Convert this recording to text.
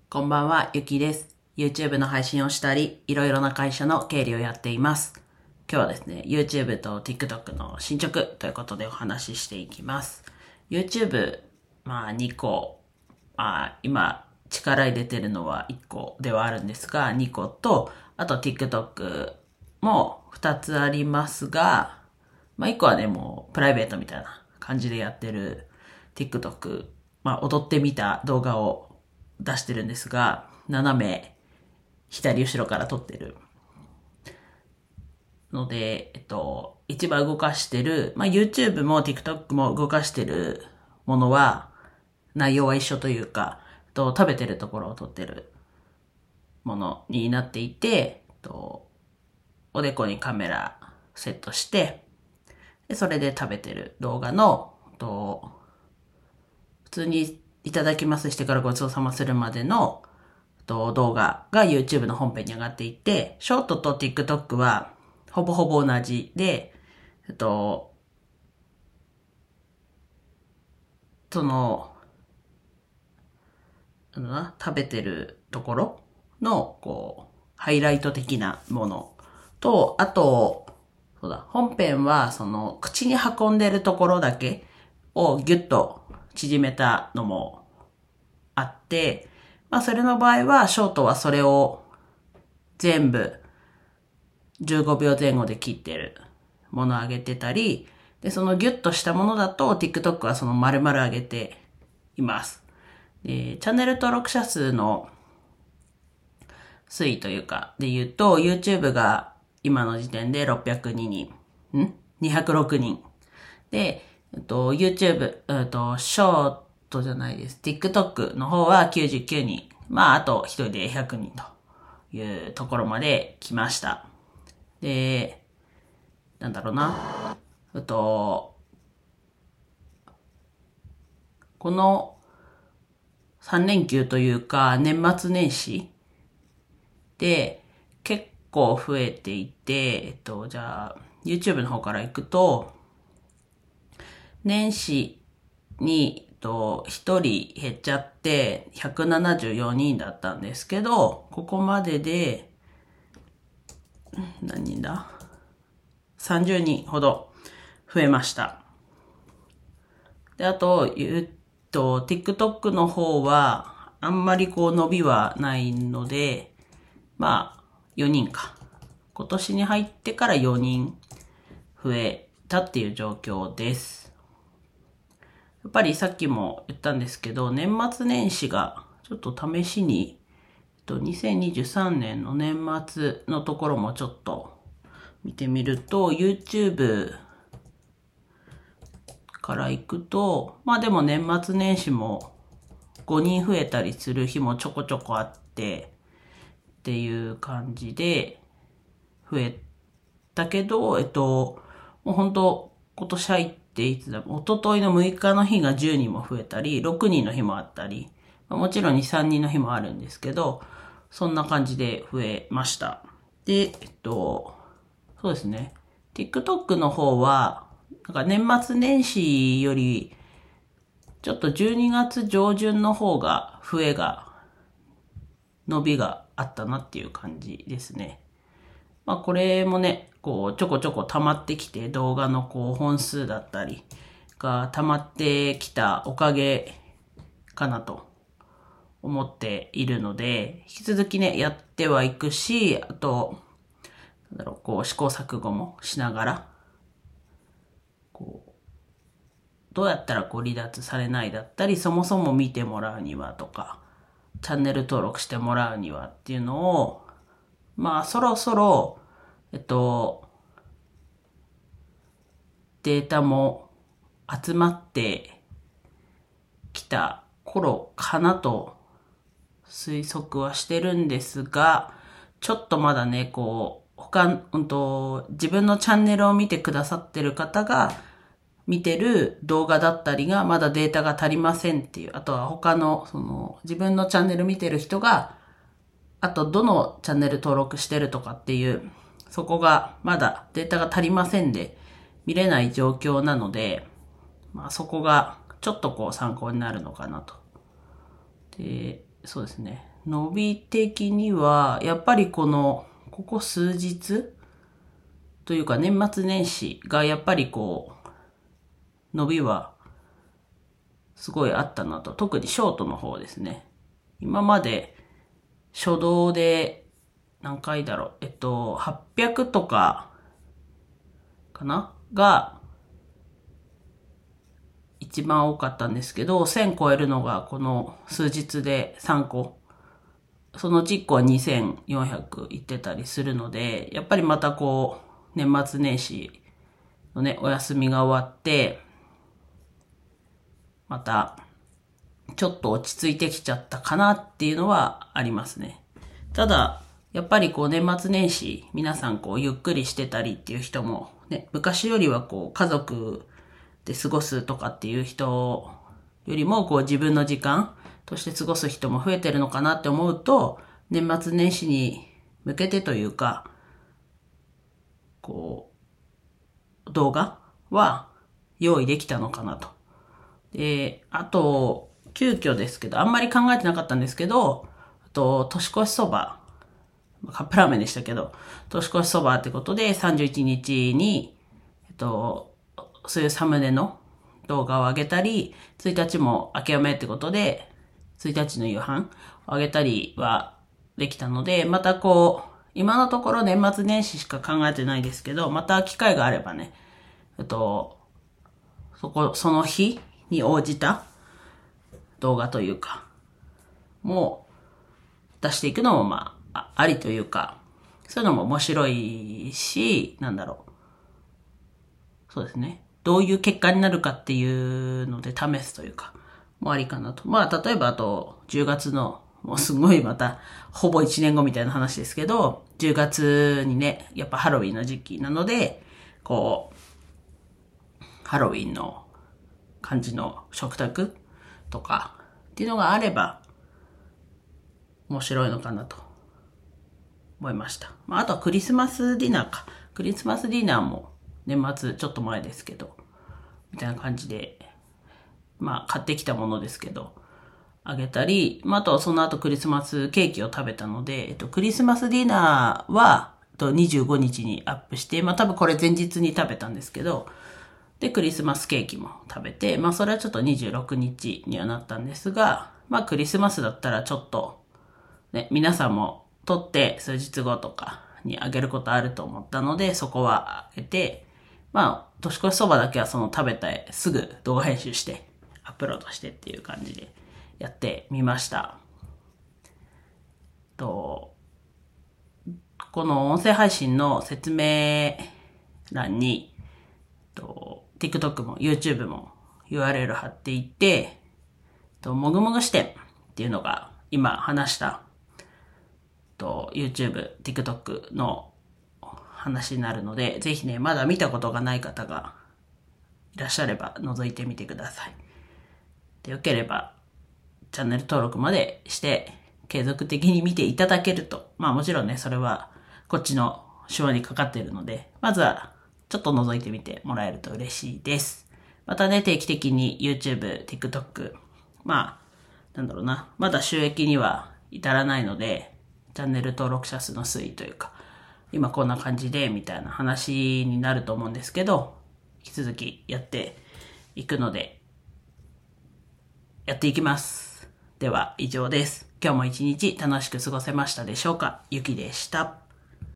こんばんは、ゆきです。YouTube の配信をしたり、いろいろな会社の経理をやっています。今日はですね、YouTube と TikTok の進捗ということでお話ししていきます。YouTube、2個、今力入れてるのは1個ではあるんですが、2個と、あと TikTok も2つありますが、1個はね、もうプライベートみたいな感じでやってる TikTok、踊ってみた動画を出してるんですが、斜め左後ろから撮ってるので、一番動かしてる、YouTube も TikTok も動かしてるものは、内容は一緒というか、食べてるところを撮ってるものになっていて、おでこにカメラセットして、でそれで食べてる動画の、普通にいただきますしてからごちそうさまするまでの動画が YouTube の本編に上がっていて、ショートと TikTok はほぼほぼ同じで、食べてるところの、ハイライト的なものと、あと、本編は、口に運んでるところだけをギュッと縮めたのもあって、それの場合は、ショートはそれを全部15秒前後で切ってるものを上げてたり、で、そのギュッとしたものだと TikTok はその丸々上げています。で、チャンネル登録者数の推移というか、で言うと、YouTube が今の時点で602人、206人。で、YouTube、ショートじゃないです。TikTok の方は99人。あと一人で100人というところまで来ました。で、この3連休というか、年末年始で結構増えていて、じゃあ、YouTube の方から行くと、年始に、1人減っちゃって174人だったんですけど、ここまでで、何人だ ?30 人ほど増えました。で、あと、TikTok の方は、あんまり伸びはないので、4人か。今年に入ってから4人増えたっていう状況です。やっぱりさっきも言ったんですけど、年末年始がちょっと試しに、2023年の年末のところもちょっと見てみると、YouTube から行くと、でも年末年始も5人増えたりする日もちょこちょこあって、っていう感じで増えたけど、もう本当今年入っていつだ、一昨日の6日の日が10人も増えたり、6人の日もあったり、もちろん2、3人の日もあるんですけど、そんな感じで増えました。で、そうですね。TikTok の方は、年末年始より、ちょっと12月上旬の方が伸びがあったなっていう感じですね。これもね、ちょこちょこ溜まってきて動画の本数だったりが溜まってきたおかげかなと思っているので、引き続きね、やってはいくし、あと、試行錯誤もしながら、どうやったら離脱されないだったり、そもそも見てもらうにはとか、チャンネル登録してもらうにはっていうのを、そろそろ、データも集まってきた頃かなと推測はしてるんですが、ちょっとまだね、自分のチャンネルを見てくださってる方が見てる動画だったりがまだデータが足りませんっていう、あとは他の、自分のチャンネル見てる人が、あとどのチャンネル登録してるとかっていう、そこがまだデータが足りませんで見れない状況なので、そこがちょっと参考になるのかなと。で、 そうですね。伸び的には、やっぱりここ数日というか年末年始がやっぱり伸びはすごいあったなと。特にショートの方ですね。今まで初動で何回だろう。800とかかなが一番多かったんですけど、1000超えるのがこの数日で3個。そのうち1個は2400いってたりするので、やっぱりまた年末年始のね、お休みが終わって、また、ちょっと落ち着いてきちゃったかなっていうのはありますね。ただ、やっぱり年末年始、皆さんゆっくりしてたりっていう人も、ね、昔よりは家族で過ごすとかっていう人よりも、自分の時間として過ごす人も増えてるのかなって思うと、年末年始に向けてというか、動画は用意できたのかなと。で、あと、急遽ですけど、あんまり考えてなかったんですけど、年越しそば、カップラーメンでしたけど、年越しそばってことで31日に、そういうサムネの動画を上げたり、1日も明けおめってことで、1日の夕飯を上げたりはできたので、また今のところ年末年始しか考えてないですけど、また機会があればね、その日に応じた動画というか、もう出していくのもありというか、そういうのも面白いし、そうですね。どういう結果になるかっていうので試すというか、もありかなと。例えばあと、10月の、もうすごいまた、ほぼ1年後みたいな話ですけど、10月にね、やっぱハロウィンの時期なので、ハロウィンの感じの食卓とかっていうのがあれば面白いのかなと思いました。あとはクリスマスディナーか。クリスマスディナーも年末ちょっと前ですけど、みたいな感じで、買ってきたものですけど、あげたり、あとその後クリスマスケーキを食べたので、クリスマスディナーは、25日にアップして、多分これ前日に食べたんですけど、で、クリスマスケーキも食べて、それはちょっと26日にはなったんですが、クリスマスだったらちょっと、ね、皆さんも撮って数日後とかにあげることあると思ったので、そこはあげて、年越しそばだけはその食べたすぐ動画編集して、アップロードしてっていう感じでやってみました。この音声配信の説明欄に、TikTok も YouTube も URL 貼っていて、もぐもぐ視点っていうのが今話したYouTube、TikTok の話になるので、ぜひね、まだ見たことがない方がいらっしゃれば覗いてみてください。で、よければチャンネル登録までして継続的に見ていただけると、もちろんね、それはこっちの手話にかかっているので、まずはちょっと覗いてみてもらえると嬉しいです。またね、定期的に YouTube、TikTok、まだ収益には至らないので、チャンネル登録者数の推移というか、今こんな感じで、みたいな話になると思うんですけど、引き続きやっていくので、やっていきます。では以上です。今日も一日楽しく過ごせましたでしょうか？ゆきでした。